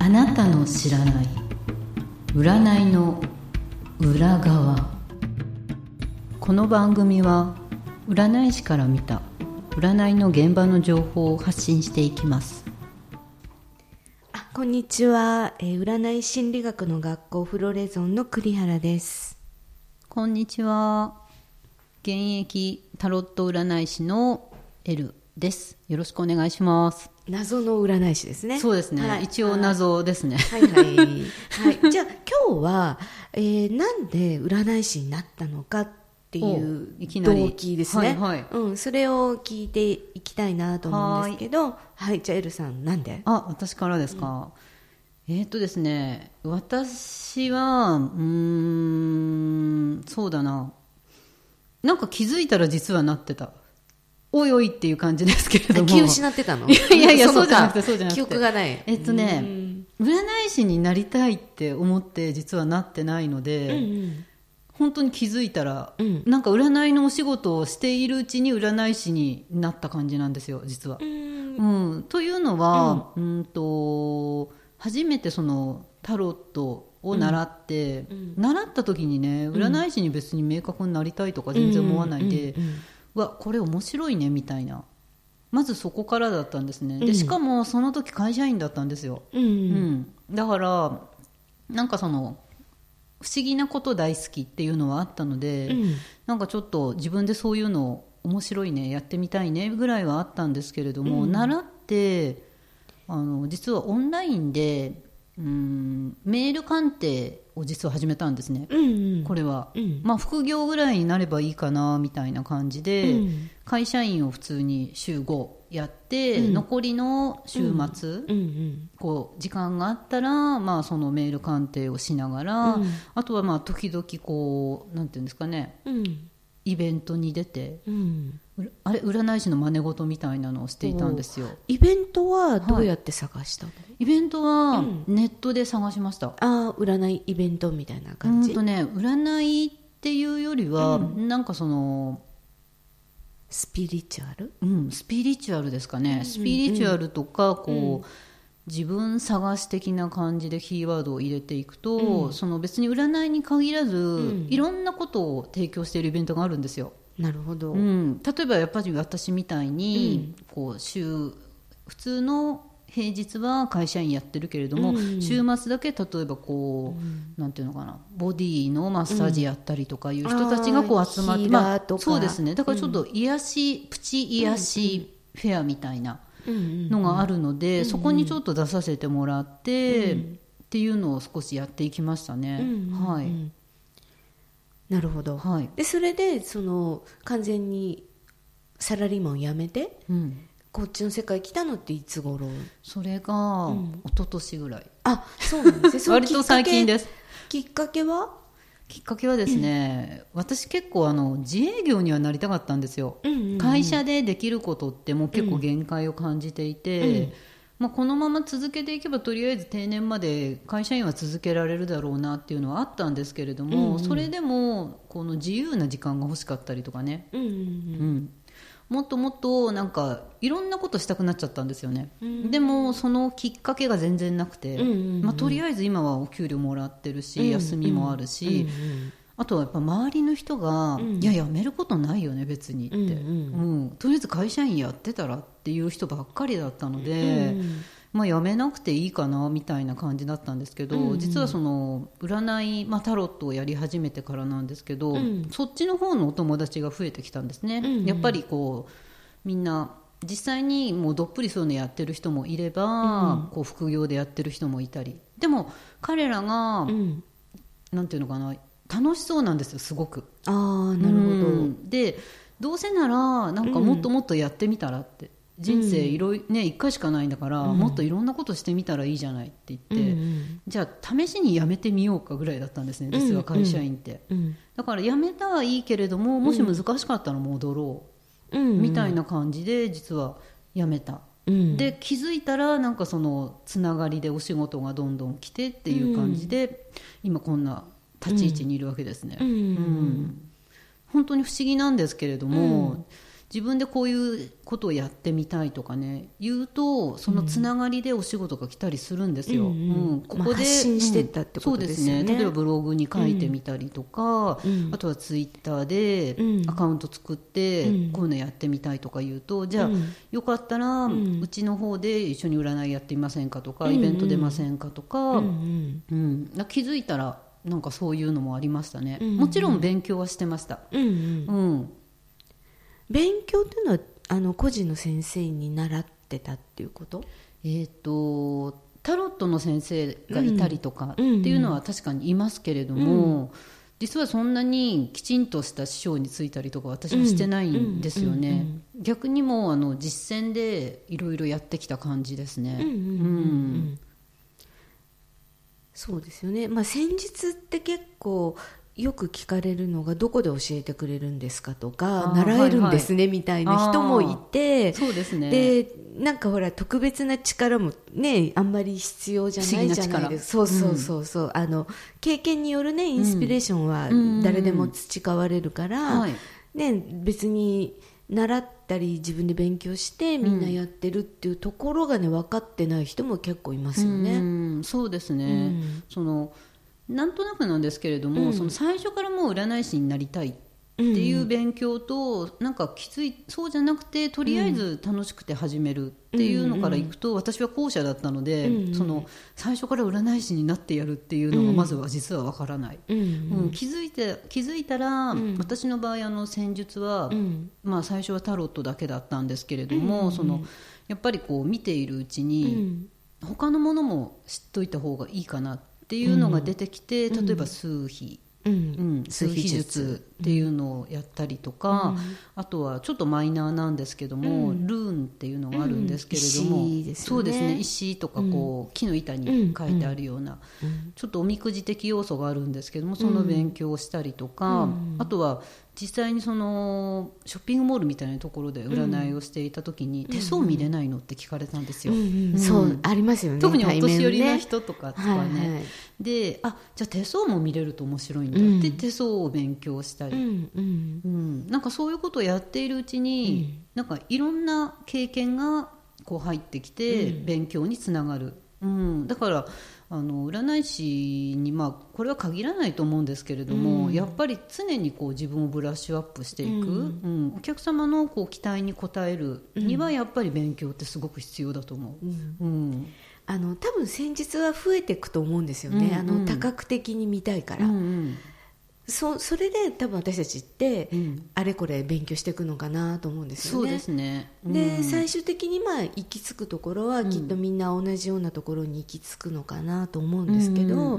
あなたの知らない占いの裏側。この番組は占い師から見た占いの現場の情報を発信していきます。 こんにちは、占い心理学の学校フロレゾンの栗原です。 こんにちは、現役タロット占い師のエルです。よろしくお願いします。 謎の占い師ですね。 そうですね、はい、一応謎ですね。 はいはい、はい、じゃあ今日は、なんで占い師になったのかっていう動機ですね。はいはい、それを聞いていきたいなと思うんですけど、はい、じゃあエルさんなんで？ 私からですか。ですね、私はそうだな、なんか気づいたら実はなってた。おいおいっていう感じですけれども。 気失ってたの？ いやそうじゃなくて記憶がない。 占い師になりたいって思って実はなってないので、本当に気づいたら、なんか占いのお仕事をしているうちに占い師になった感じなんですよ、実は。というのは、初めてそのタロットを習って、習った時にね、占い師に別に明確になりたいとか全然思わないで、これ面白いねみたいな、まずそこからだったんですね。でしかもその時会社員だったんですよ。だからなんかその不思議なこと大好きっていうのはあったので、なんかちょっと自分でそういうの面白いね、やってみたいねぐらいはあったんですけれども、習って実はオンラインでメール鑑定を実は始めたんですね。これは、副業ぐらいになればいいかなみたいな感じで、会社員を普通に週5やって、残りの週末、こう時間があったら、そのメール鑑定をしながら、あとは時々こうなんていうんですかね、イベントに出て、占い師の真似事みたいなのをしていたんですよ。 イベントはどうやって探したの？ イベントはネットで探しました。 占いイベントみたいな感じ？ 占いっていうよりは、なんかそのスピリチュアル？ スピリチュアルですかね。スピリチュアルとかこう、自分探し的な感じでキーワードを入れていくと、その別に占いに限らず、いろんなことを提供しているイベントがあるんですよ。 なるほど。 例えばやっぱり私みたいに、こう普通の平日は会社員やってるけれども、週末だけ例えばこう、なんていうのかな、ボディのマッサージやったりとかいう人たちがこう集まって、そうですね、だからちょっと癒し、プチ癒しフェアみたいなのがあるので、そこにちょっと出させてもらって、っていうのを少しやっていきましたね。はい。 なるほど。でそれでその完全にサラリーマンを辞めて、こっちの世界来たのっていつ頃？ それが一昨年ぐらい。 そうなんですね。 割と最近です。 きっかけはですね、私結構自営業にはなりたかったんですよ。会社でできることってもう結構限界を感じていて、このまま続けていけばとりあえず定年まで会社員は続けられるだろうなっていうのはあったんですけれども、それでもこの自由な時間が欲しかったりとかね、もっともっとなんかいろんなことしたくなっちゃったんですよね。でもそのきっかけが全然なくて、とりあえず今はお給料もらってるし、休みもあるし、あとはやっぱ周りの人が、いや辞めることないよね別にって、とりあえず会社員やってたらっていう人ばっかりだったので、辞めなくていいかなみたいな感じだったんですけど、実はその占い、タロットをやり始めてからなんですけど、そっちの方のお友達が増えてきたんですね。やっぱりこうみんな実際にもうどっぷりそういうのやってる人もいれば、こう副業でやってる人もいたり、でも彼らが、なんていうのかな、楽しそうなんですよ、すごく。 なるほど。 でどうせならなんかもっともっとやってみたらって、人生1回しかないんだから、もっといろんなことしてみたらいいじゃないって言って、じゃあ試しに辞めてみようかぐらいだったんですね、実は会社員って。だから辞めたはいいけれども、もし難しかったら戻ろう、みたいな感じで実は辞めた。で気づいたらなんかそのつながりでお仕事がどんどん来てっていう感じで、今こんな立ち位置にいるわけですね。本当に不思議なんですけれども、 自分でこういうことをやってみたいとかね言うと、そのつながりでお仕事が来たりするんですよ。 ここで発信してったってことですよね。 そうですね。例えばブログに書いてみたりとか、あとはツイッターでアカウント作って、こういうのやってみたいとか言うと、じゃあ、よかったら、うちの方で一緒に占いやってみませんかとか、イベント出ませんかとか、気づいたらなんかそういうのもありましたね。もちろん勉強はしてました。 勉強っていうのは個人の先生に習ってたっていうこと？ タロットの先生がいたりとかっていうのは確かにいますけれども、実はそんなにきちんとした師匠についたりとか私はしてないんですよね。逆にもう実践でいろいろやってきた感じですね。 そうですよね。戦術って結構よく聞かれるのが、どこで教えてくれるんですかとか、習えるんですねみたいな人もいて、 そうですね。 でなんかほら特別な力もねあんまり必要じゃないじゃないですか。そう経験によるねインスピレーションは誰でも培われるから、別に習ったり自分で勉強してみんなやってるっていうところがね分かってない人も結構いますよね。 そうですね。なんとなくなんですけれども、その最初からもう占い師になりたいっていう勉強と、なんかそうじゃなくてとりあえず楽しくて始めるっていうのからいくと、私は後者だったので、最初から占い師になってやるっていうのがまずは実はわからない。気づいたら、私の場合戦術は、最初はタロットだけだったんですけれども、やっぱりこう見ているうちに、他のものも知っといた方がいいかなっていうのが出てきて、例えば数秘、数秘術っていうのをやったりとか、あとはちょっとマイナーなんですけども、ルーンっていうのがあるんですけれども、そうですね、石とかこう、木の板に書いてあるような、ちょっとおみくじ的要素があるんですけども、その勉強をしたりとか、あとは実際にショッピングモールみたいなところで占いをしていた時に、手相見れないのって聞かれたんですよ。 そうありますよね。 特にお年寄りの人とかね。で、じゃあ手相も見れると面白いんだって、手相を勉強したり、なんかそういうことをやっているうちに、なんかいろんな経験がこう入ってきて勉強につながる。だから占い師に、これは限らないと思うんですけれども、やっぱり常にこう自分をブラッシュアップしていく、お客様のこう期待に応えるにはやっぱり勉強ってすごく必要だと思う。 多分戦術は増えていくと思うんですよね。多角的に見たいから、それで多分私たちって、あれこれ勉強していくのかなと思うんですよね。 そうですね。 で最終的に行き着くところは、きっとみんな同じようなところに行き着くのかなと思うんですけど、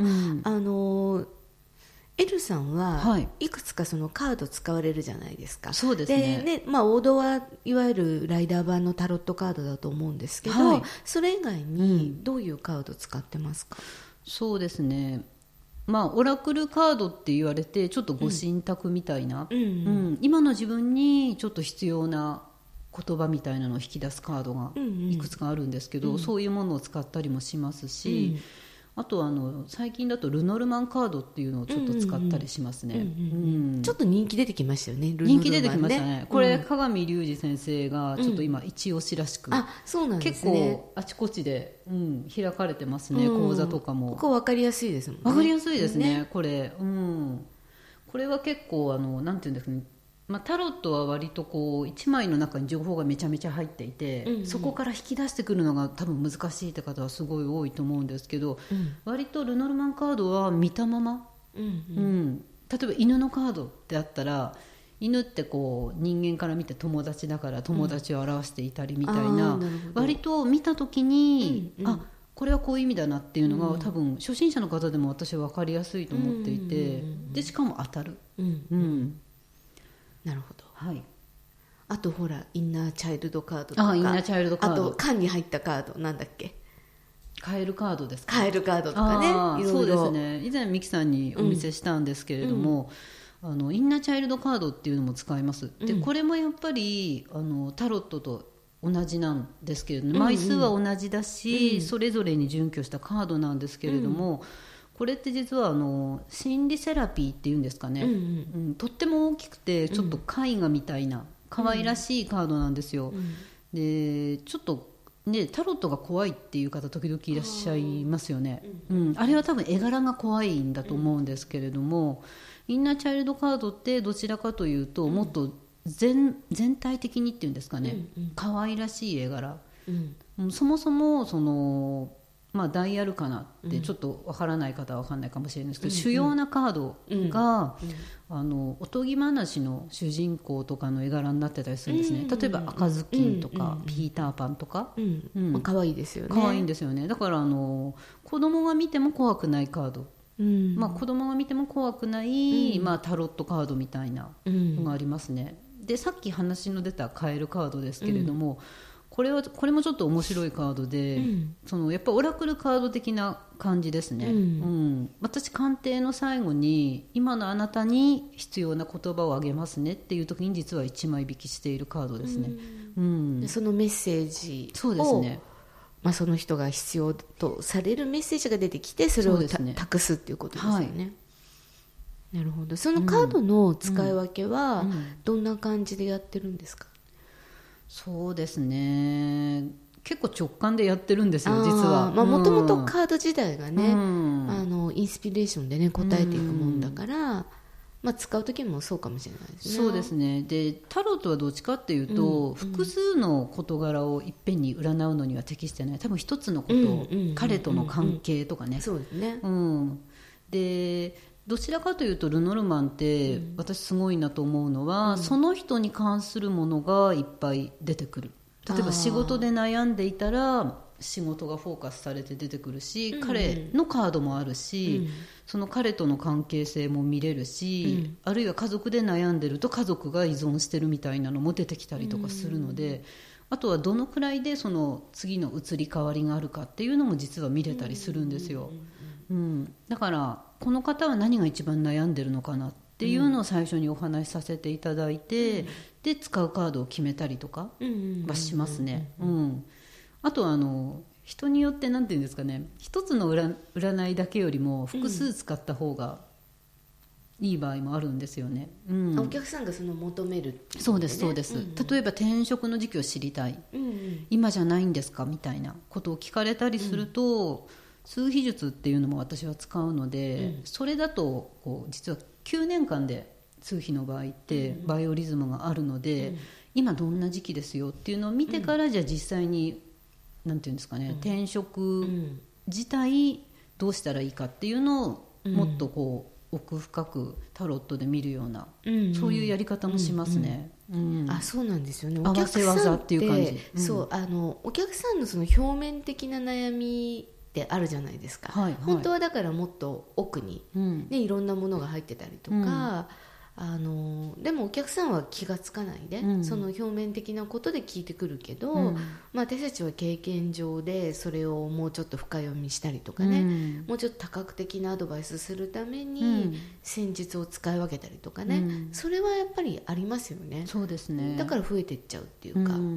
エルさんはいくつかそのカード使われるじゃないですか。 そうですね。 で、王道はいわゆるライダー版のタロットカードだと思うんですけど、それ以外にどういうカード使ってますか？ そうですね。オラクルカードって言われて、ちょっとご神託みたいな、今の自分にちょっと必要な言葉みたいなのを引き出すカードがいくつかあるんですけど、そういうものを使ったりもしますし、あと最近だとルノルマンカードっていうのをちょっと使ったりしますね。 ちょっと人気出てきましたよね。ルノルマンね。 人気出てきましたね。これ鏡隆二先生がちょっと今一押しらしく、 そうなんですね、 結構あちこちで、開かれてますね、講座とかも。 ここ分かりやすいですもんね。 分かりやすいですね、これ。これは結構なんていうんですかね、タロットは割とこう1枚の中に情報がめちゃめちゃ入っていて、そこから引き出してくるのが多分難しいって方はすごい多いと思うんですけど、割とルノルマンカードは見たまま、例えば犬のカードってあったら、犬ってこう人間から見て友達だから友達を表していたりみたいな、割と見た時に、これはこういう意味だなっていうのが、多分初心者の方でも私は分かりやすいと思っていて、でしかも当たる。 なるほど。 はい。 あとほらインナーチャイルドカードとか、 インナーチャイルドカード、 あと缶に入ったカードなんだっけ、 カエルカードですか。 カエルカードとかね、いろいろ。 そうですね。以前ミキさんにお見せしたんですけれども、インナーチャイルドカードっていうのも使います。でこれもやっぱりタロットと同じなんですけれども、枚数は同じだし、それぞれに準拠したカードなんですけれども、これって実は心理セラピーっていうんですかね、とっても大きくてちょっと絵画みたいな可愛らしいカードなんですよ、でちょっとね、タロットが怖いっていう方時々いらっしゃいますよね、あれは多分絵柄が怖いんだと思うんですけれども、インナーチャイルドカードってどちらかというともっと全体的にっていうんですかね、可愛らしい絵柄、そもそもそのダイアルカナってちょっとわからない方はわからないかもしれないですけど、主要なカードが、おとぎ話の主人公とかの絵柄になってたりするんですね。例えば赤ずきんとか、ピーターパンとか、 可愛いですよね。 可愛いんですよね。だから子供が見ても怖くないカード、子供が見ても怖くない、タロットカードみたいなのがありますね。でさっき話の出たカエルカードですけれども、これもちょっと面白いカードで、やっぱオラクルカード的な感じですね、私鑑定の最後に今のあなたに必要な言葉をあげますねっていう時に実は1枚引きしているカードですね、 でそのメッセージを、 そうですね、 その人が必要とされるメッセージが出てきてそれを託すっていうことですよね、なるほど。そのカードの使い分けはどんな感じでやってるんですか？ そうですね、結構直感でやってるんですよ実は。 もともとカード自体がね、インスピレーションでね答えていくもんだから、使う時もそうかもしれないですね。 そうですね。でタロットはどっちかっていうと、複数の事柄をいっぺんに占うのには適してない。多分一つのこと、彼との関係とかね、 そうですね、 でどちらかというとルノルマンって私すごいなと思うのは、その人に関するものがいっぱい出てくる。例えば仕事で悩んでいたら仕事がフォーカスされて出てくるし、彼のカードもあるし、その彼との関係性も見れるし、あるいは家族で悩んでると家族が依存してるみたいなのも出てきたりとかするので、あとはどのくらいでその次の移り変わりがあるかっていうのも実は見れたりするんですよ、だからこの方は何が一番悩んでるのかなっていうのを最初にお話しさせていただいて、で使うカードを決めたりとかはしますね。あとは人によってなんていうんですかね、一つの占いだけよりも複数使った方がいい場合もあるんですよね、 お客さんがその求めるっていう、ね、 そうですそうです、例えば転職の時期を知りたい、今じゃないんですかみたいなことを聞かれたりすると、数秘術っていうのも私は使うので、それだと実は9年間で数秘の場合ってバイオリズムがあるので、今どんな時期ですよっていうのを見てから、じゃあ実際になんていうんですかね、転職自体どうしたらいいかっていうのをもっと奥深くタロットで見るような、そういうやり方もしますね。 そうなんですよね。 合わせ技っていう感じ、 そうお客さんのその表面的な悩みってあるじゃないですか、本当はだからもっと奥に、いろんなものが入ってたりとか、でもお客さんは気がつかないで、その表面的なことで聞いてくるけど、私たちは経験上でそれをもうちょっと深読みしたりとかね、もうちょっと多角的なアドバイスするために戦術を使い分けたりとかね、それはやっぱりありますよね。 そうですね。 だから増えていっちゃうっていうか、な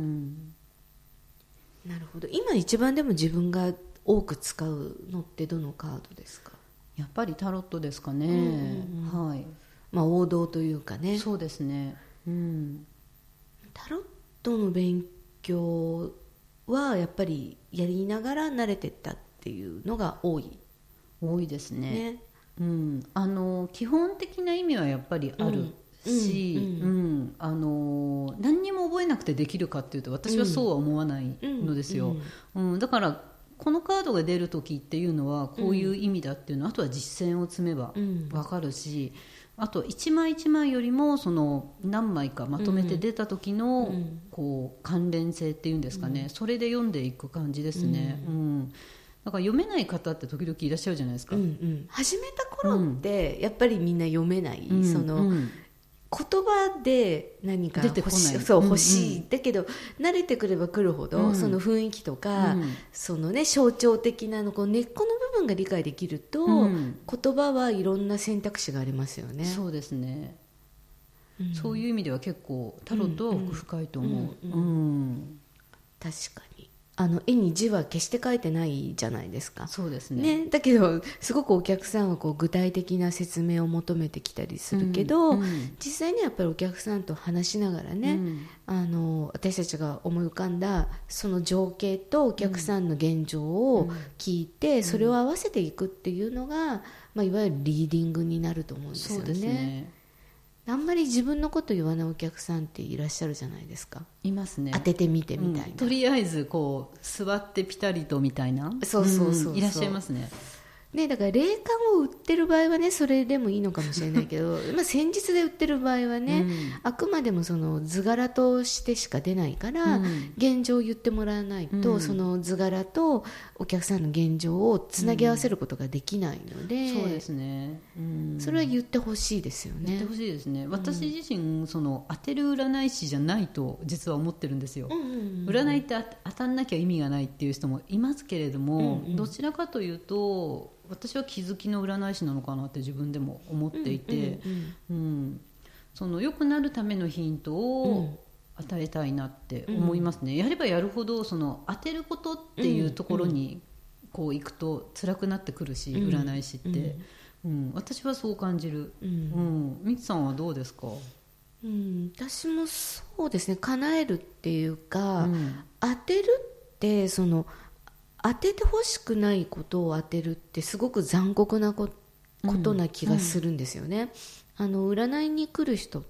るほど。今一番でも自分が多く使うのってどのカードですか？ やっぱりタロットですかね、はい、 王道というかね。 そうですね、 タロットの勉強はやっぱりやりながら慣れてったっていうのが多いですね、基本的な意味はやっぱりあるし、何にも覚えなくてできるかっていうと私はそうは思わないのですよ、だからこのカードが出る時っていうのはこういう意味だっていうのは、あとは実践を積めば分かるし、あと一枚一枚よりもその何枚かまとめて出た時の関連性っていうんですかね、それで読んでいく感じですね、だから読めない方って時々いらっしゃるじゃないですか、 始めた頃ってやっぱりみんな読めない、その言葉で何か欲しい、欲しい、だけど慣れてくればくるほど、その雰囲気とか、そのね象徴的なの根っこの部分が理解できると、言葉はいろんな選択肢がありますよね。 そうですね、そういう意味では結構タロットは奥深いと思う。 確かに絵に字は決して書いてないじゃないですか。 そうですね。 だけどすごくお客さんはこう具体的な説明を求めてきたりするけど、実際にやっぱりお客さんと話しながらね、私たちが思い浮かんだその情景とお客さんの現状を聞いて、それを合わせていくっていうのが、いわゆるリーディングになると思うんですよね。そうですね。あんまり自分のこと言わないお客さんっていらっしゃるじゃないですか。 いますね。 当ててみてみたいな、 とりあえずこう座ってピタリとみたいな、 そういらっしゃいますね。 だから霊感を売ってる場合はね、それでもいいのかもしれないけど戦術で売ってる場合はね、あくまでもその図柄としてしか出ないから、現状を言ってもらわないと、その図柄とお客さんの現状をつなぎ合わせることができないので、 そうですね、 それは言ってほしいですよね。 言ってほしいですね。私自身その当てる占い師じゃないと実は思ってるんですよ。占いって当たんなきゃ意味がないっていう人もいますけれども、どちらかというと私は気づきの占い師なのかなって自分でも思っていて、その良くなるためのヒントを与えたいなって思いますね。やればやるほどその当てることっていうところにこう行くと辛くなってくるし、占い師って、私はそう感じる。みつさんはどうですか？ 私もそうですね。叶えるっていうか、当てるってその当ててほしくないことを当てるってすごく残酷なことな気がするんですよね。占いに来る人って、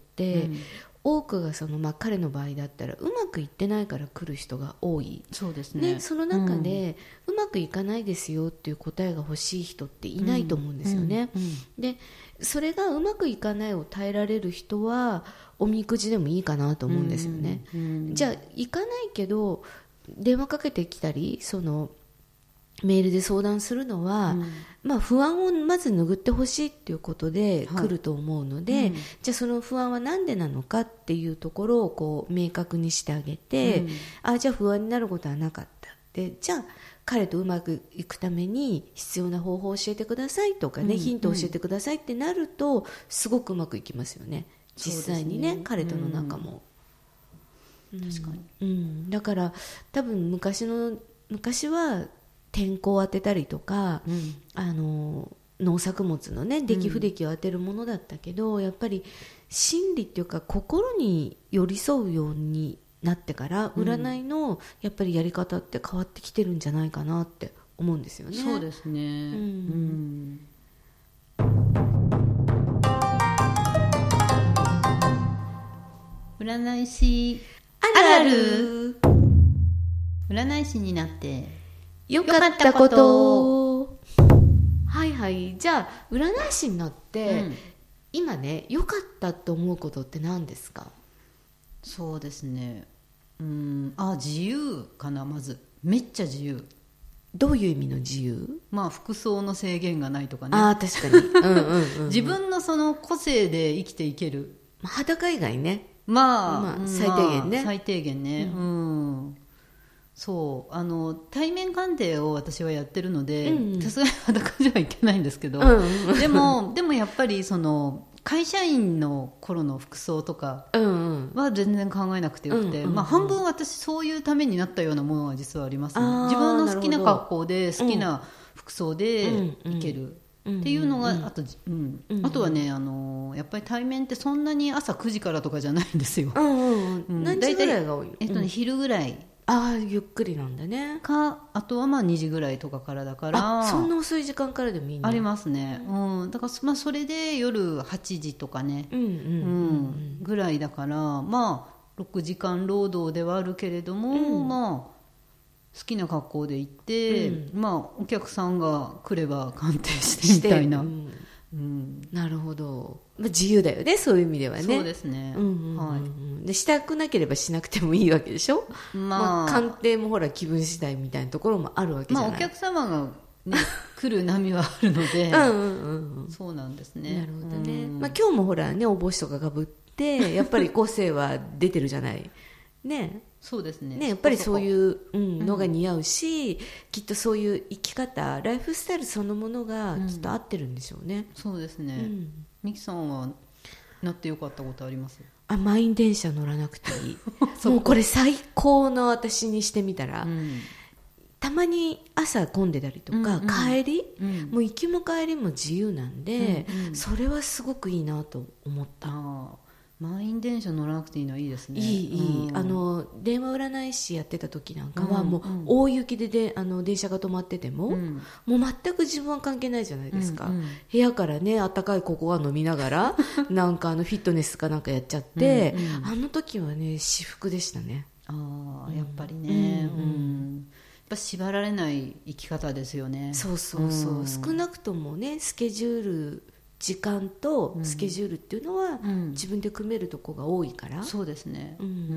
多くがその、彼の場合だったらうまくいってないから来る人が多い。 そうですね。 その中で、うまくいかないですよっていう答えが欲しい人っていないと思うんですよね。でそれがうまくいかないを耐えられる人はおみくじでもいいかなと思うんですよね。じゃあ行かないけど電話かけてきたりそのメールで相談するのは、不安をまず拭ってほしいっていうことで来ると思うので、じゃあその不安は何でなのかっていうところをこう明確にしてあげて、じゃあ不安になることはなかったで、じゃあ彼とうまくいくために必要な方法を教えてくださいとかね、ヒントを教えてくださいってなるとすごくうまくいきますよね、実際にね、彼との仲も。 確かに。 だから多分昔は天候を当てたりとか、農作物のね出来不出来を当てるものだったけど、やっぱり心理っていうか心に寄り添うようになってから占いのやっぱりやり方って変わってきてるんじゃないかなって思うんですよね。 そうですね。占い師あるある。占い師になってよかったこと。はいはい。じゃあ占い師になって、今ね良かったと思うことって何ですか？ そうですね。自由かな。まずめっちゃ自由。 どういう意味の自由？ 服装の制限がないとかね。 確かに。 自分のその個性で生きていける。 裸以外ね。 最低限ね。最低限ね。そう対面鑑定を私はやってるので、さすがに裸ではいけないんですけど、でもやっぱりその会社員の頃の服装とかは全然考えなくてよくて、半分私そういうためになったようなものは実はありますね。自分の好きな格好で好きな服装でいけるっていうのが、あとはね、やっぱり対面ってそんなに朝9時からとかじゃないんですよ。 何時ぐらいが多い？ 昼ぐらい。 ゆっくりなんだね。 あとは2時ぐらいとかからだから。 そんな遅い時間からでもいいの？ ありますね。だからそれで夜8時とかねぐらいだから、6時間労働ではあるけれども、好きな格好で行って、お客さんが来れば鑑定してみたいな。 なるほど。自由だよね、そういう意味ではね。 そうですね。 でしたくなければしなくてもいいわけでしょ。鑑定もほら気分次第みたいなところもあるわけじゃない。 お客様が、来る波はあるのでそうなんですね。 なるほどね。今日もほらね、お帽子とかかぶってやっぱり個性は出てるじゃないね。 そうですね。 やっぱりそういうのが似合うし、きっとそういう生き方、ライフスタイルそのものがきっと合ってるんでしょうね。 そうですね。ミキさんはなってよかったことあります？ 満員電車乗らなくていいもうこれ最高の私にしてみたら、 たまに朝混んでたりとか、帰り、もう行きも帰りも自由なんで、それはすごくいいなと思った。 満員電車乗らなくていいのはいいですね。 いい、電話占い師やってた時なんかは、もう大雪で電車が止まってても、もう全く自分は関係ないじゃないですか。部屋からね、あったかいココア飲みながらなんかフィットネスかなんかやっちゃって、あの時はね至福でしたね。 やっぱりね、やっぱ縛られない生き方ですよね。 そう、少なくともね、スケジュール、時間とスケジュールっていうのは自分で組めるとこが多いから、 そうですね、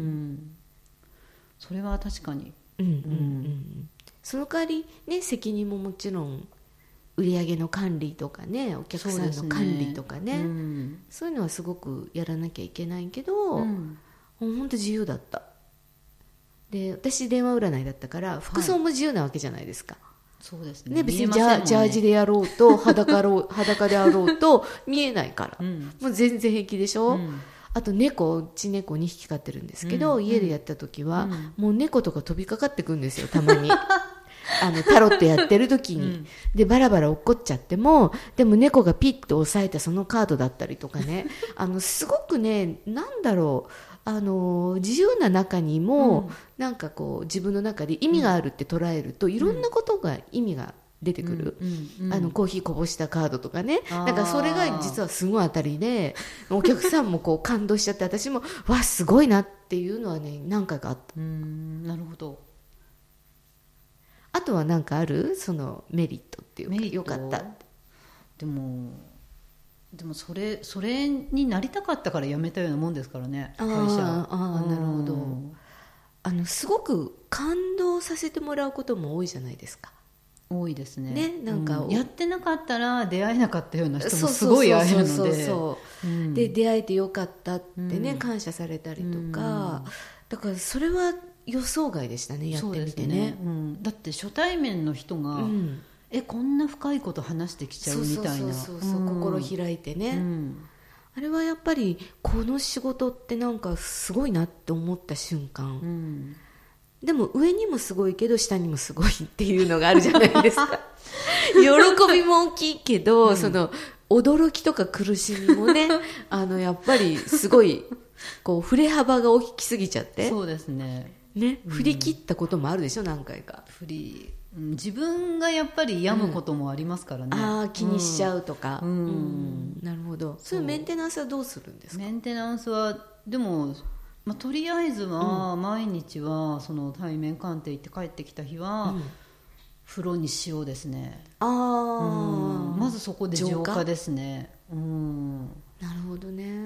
それは確かに、 その代わりね、責任ももちろん売上の管理とかね、お客さんの管理とかね、そういうのはすごくやらなきゃいけないけど、本当自由だった。で、私電話占いだったから服装も自由なわけじゃないですか。 そうですね。 別にジャージでやろうと裸であろうと見えないから、もう全然平気でしょ。あとうち猫2匹飼ってるんですけど、家でやった時は、もう猫とか飛びかかってくるんですよ、たまにタロットやってる時に、でバラバラ落っこっちゃっても、でも猫がピッと押さえたそのカードだったりとかねすごくね、なんだろう、自由な中にも、なんかこう自分の中で意味があるって捉えると、いろんなことが意味が出てくる、コーヒーこぼしたカードとかね、なんかそれが実はすごい当たりで、お客さんもこう感動しちゃって、私もわすごいなっていうのはね、何回かあった。 なるほど。 あとは何かある、そのメリットっていうか、よかった。 でもそれになりたかったから辞めたようなもんですからね、会社。 なるほど。すごく感動させてもらうことも多いじゃないですか。 多いですね。 なんか、 やってなかったら出会えなかったような人もすごい会えるので、出会えてよかったってね、感謝されたりとか、だからそれは予想外でしたね、やってみてね。 だって初対面の人が、こんな深いこと話してきちゃうみたいな、 心開いてね、あれはやっぱりこの仕事ってなんかすごいなって思った瞬間、でも上にもすごいけど下にもすごいっていうのがあるじゃないですか喜びも大きいけど、その驚きとか苦しみもねやっぱりすごいこう振れ幅が大きすぎちゃって、 そうですね、 振り切ったこともあるでしょ、何回か。 自分がやっぱり病むこともありますからね、 気にしちゃうとか、なるほど。そういうメンテナンスはどうするんですか？ メンテナンスはでも、とりあえずは毎日はその対面鑑定行って帰ってきた日は、風呂に塩ですね。まずそこで浄化ですね。 なるほどね。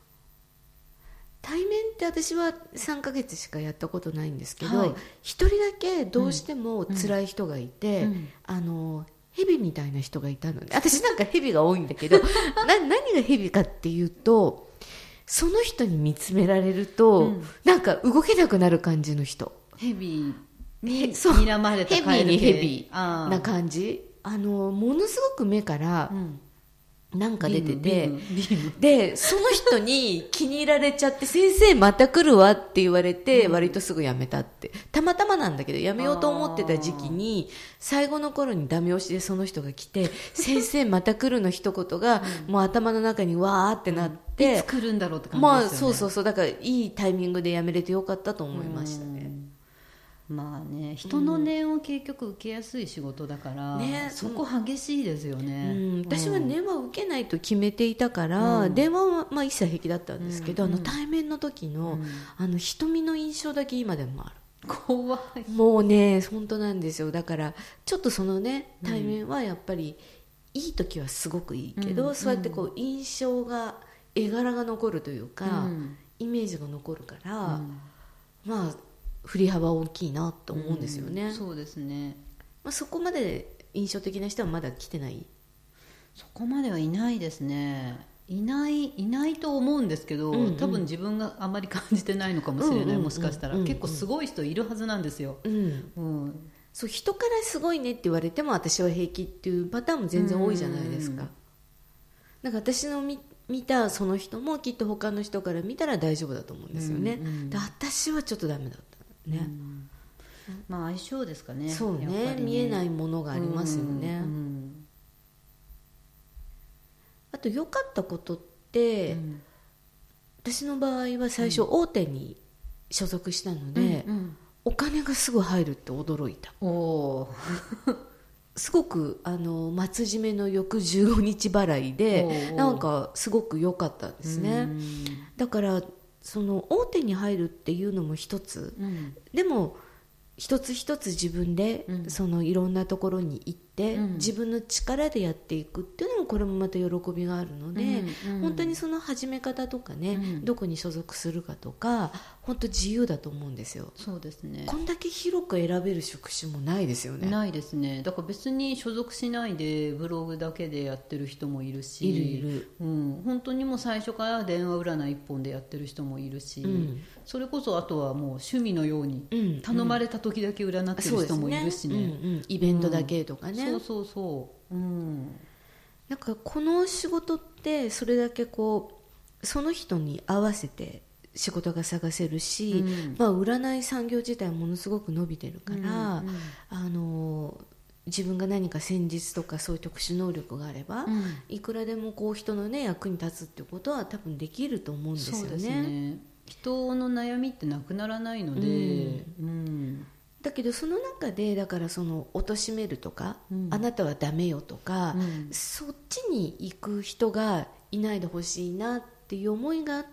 対面って私は3ヶ月しかやったことないんですけど、一人だけどうしても辛い人がいて、蛇みたいな人がいたので、私なんか蛇が多いんだけど何が蛇かっていうと、その人に見つめられると、なんか動けなくなる感じの人。 蛇に睨まれた蛇に蛇な感じ。ものすごく目からなんか出てて、でその人に気に入られちゃって先生また来るわって言われて、割とすぐ辞めたって。たまたまなんだけど辞めようと思ってた時期に最後の頃にダメ押しでその人が来て先生また来るの一言がもう頭の中にわーってなって、 いつ来るんだろうって感じですよね。 そうだからいいタイミングで辞めれてよかったと思いましたね。 人の念を結局受けやすい仕事だから、そこ激しいですよね。 私は念は受けないと決めていたから、電話は一切平気だったんですけど、対面の時の、瞳の印象だけ今でもある。 怖い。 もうね本当なんですよ。だからちょっとそのね対面はやっぱりいい時はすごくいいけど、そうやってこう印象が絵柄が残るというか、イメージが残るから、振り幅大きいなと思うんですよね。 そうですね。 そこまで印象的な人はまだ来てない？ そこまではいないですね。いないと思うんですけど、多分自分があまり感じてないのかもしれない。もしかしたら結構すごい人いるはずなんですよ。 そう、人からすごいねって言われても私は平気っていうパターンも全然多いじゃないですか。なんか私の見たその人もきっと他の人から見たら大丈夫だと思うんですよね。で私はちょっとダメだったね。 まあ相性ですかね。 そうね、見えないものがありますよね。あと良かったことって、私の場合は最初大手に所属したので、お金がすぐ入るって驚いた。すごく末締めの翌15日払いでなんかすごく良かったんですね。だからその大手に入るっていうのも一つ、でも一つ一つ自分でそのいろんなところに行って、自分の力でやっていくっていうのもこれもまた喜びがあるので、本当にその始め方とかね、どこに所属するかとか本当自由だと思うんですよ。 そうですね。 こんだけ広く選べる職種もないですよね。 ないですね。だから別に所属しないでブログだけでやってる人もいるし、 いる、 本当にもう最初から電話占い一本でやってる人もいるし、それこそあとはもう趣味のように頼まれた時だけ占ってる人もいるしね、 イベントだけとかね、なんかこの仕事ってそれだけこうその人に合わせて仕事が探せるし、占い産業自体ものすごく伸びてるから、自分が何か戦術とかそういう特殊能力があれば、いくらでもこう人の、ね、役に立つっていうことは多分できると思うんですよね。そうですね。 人の悩みってなくならないので、 だけどその中でだからその貶めるとか、あなたはダメよとか、そっちに行く人がいないでほしいなっていう思いがあって、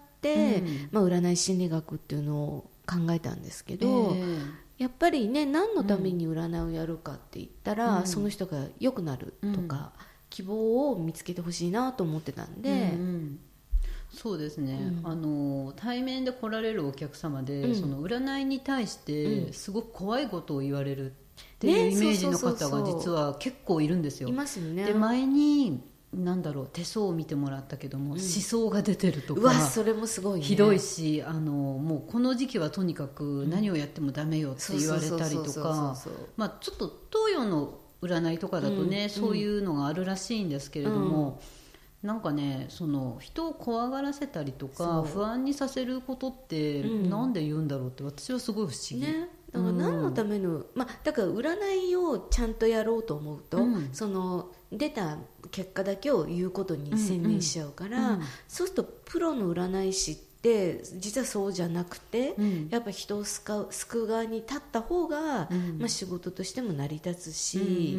占い心理学っていうのを考えたんですけど、やっぱりね何のために占いをやるかって言ったら、その人が良くなるとか、希望を見つけてほしいなと思ってたんで、 そうですね、対面で来られるお客様で、その占いに対してすごく怖いことを言われるっていうイメージの方が実は結構いるんですよ。 いますよね。 で前に手相を見てもらったけども、思想が出てるとか、 それもすごい、ね、 ひどいし、もうこの時期はとにかく何をやってもダメよって言われたりとか、ちょっと東洋の占いとかだとね、そういうのがあるらしいんですけれども、なんかね、その人を怖がらせたりとか不安にさせることってなんで言うんだろうって私はすごい不思議、ね、 だから何のための、だから占いをちゃんとやろうと思うと、その出た結果だけを言うことに専念しちゃうから、そうするとプロの占い師って実はそうじゃなくて、やっぱ人を救う側に立った方が、仕事としても成り立つし、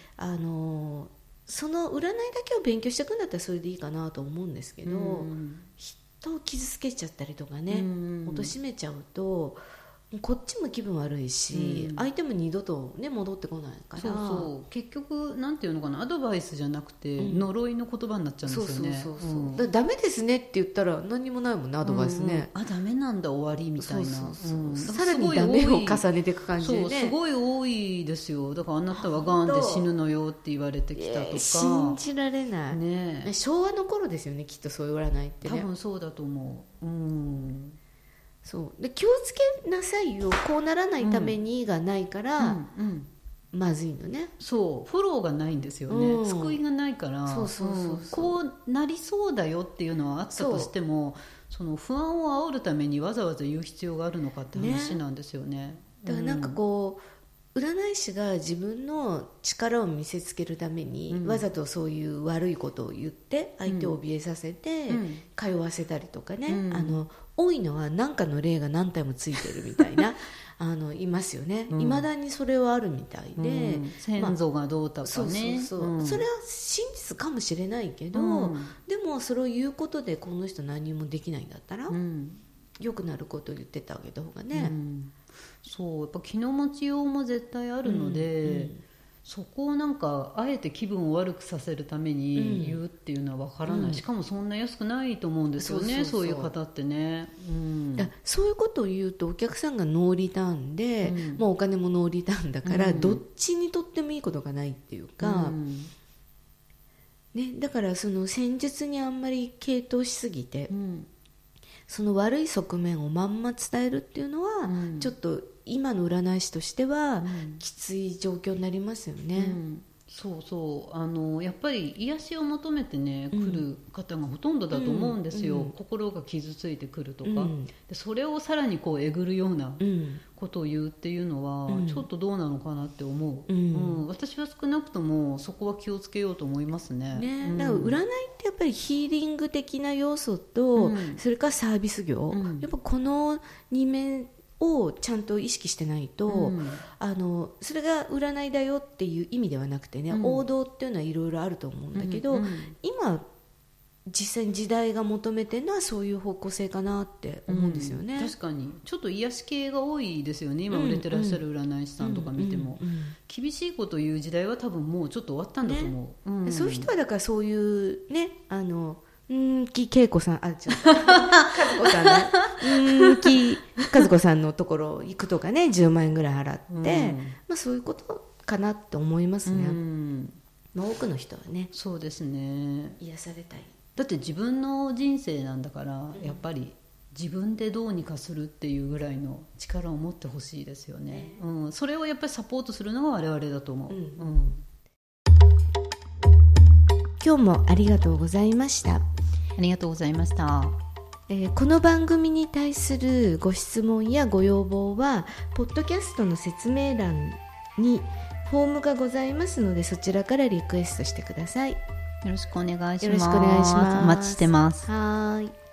その占いだけを勉強していくんだったらそれでいいかなと思うんですけど、人を傷つけちゃったりとかね、貶めちゃうとこっちも気分悪いし、相手も二度と、ね、戻ってこないから、 そう結局なんていうのかな、アドバイスじゃなくて、呪いの言葉になっちゃうんですよね。 だからダメですねって言ったら何にもないもんね、アドバイスね、 ダメなんだ終わりみたいな、 さらにダメを重ねていく感じで、ね、 すごい多いですよ。だからあなたはがんで死ぬのよって言われてきたとか、 信じられない、 ね、 昭和の頃ですよね、きっとそういう占いってね。 多分そうだと思う。 そうで、気をつけなさいよ、こうならないためにがないから、まずいのね。 そうフォローがないんですよね、救いがないから、こうなりそうだよっていうのはあったとしても、その不安を煽るためにわざわざ言う必要があるのかって話なんですよね。 だからなんかこう、占い師が自分の力を見せつけるために、わざとそういう悪いことを言って相手を怯えさせて、通わせたりとかね、多いのは何かの霊が何体もついてるみたいないますよね。いまだにそれはあるみたいで、 先祖がどうとかね、 それは真実かもしれないけど、でもそれを言うことでこの人何もできないんだったら、良くなることを言ってってあげた方がね、 そうやっぱ気の持ちようも絶対あるので、そこをなんかあえて気分を悪くさせるために言うっていうのは分からない、しかもそんな安くないと思うんですよね、そういう方ってね、 そういうことを言うとお客さんがノーリターンで、もうお金もノーリターンだから、どっちにとってもいいことがないっていうか、だからその戦術にあんまり傾倒しすぎて、その悪い側面をまんま伝えるっていうのは、ちょっと今の占い師としてはきつい状況になりますよね。 そうそうやっぱり癒しを求めてね、来る方がほとんどだと思うんですよ、心が傷ついてくるとか、でそれをさらにこうえぐるようなことを言うっていうのは、ちょっとどうなのかなって思う、私は少なくともそこは気をつけようと思いますね。 だから占いってやっぱりヒーリング的な要素と、それからサービス業、やっぱこの2面をちゃんと意識してないと、それが占いだよっていう意味ではなくてね、王道っていうのはいろいろあると思うんだけど、今実際に時代が求めてるのはそういう方向性かなって思うんですよね、 確かにちょっと癒し系が多いですよね、今売れてらっしゃる占い師さんとか見ても、厳しいこと言う時代は多分もうちょっと終わったんだと思う、 そういう人はだからそういうね恵子さん、和子さんね和子さんのところ行くとかね、10万円ぐらい払って、そういうことかなって思いますね、多くの人はね。 そうですね、 癒されたい。 だって自分の人生なんだから、やっぱり自分でどうにかするっていうぐらいの力を持ってほしいですよね、それをやっぱりサポートするのが我々だと思う、 今日もありがとうございました。 ありがとうございました。 この番組に対するご質問やご要望はポッドキャストの説明欄にフォームがございますので、そちらからリクエストしてください。よろしくお願いします。 よろしくお願いします。 お待ちしてます。 はい。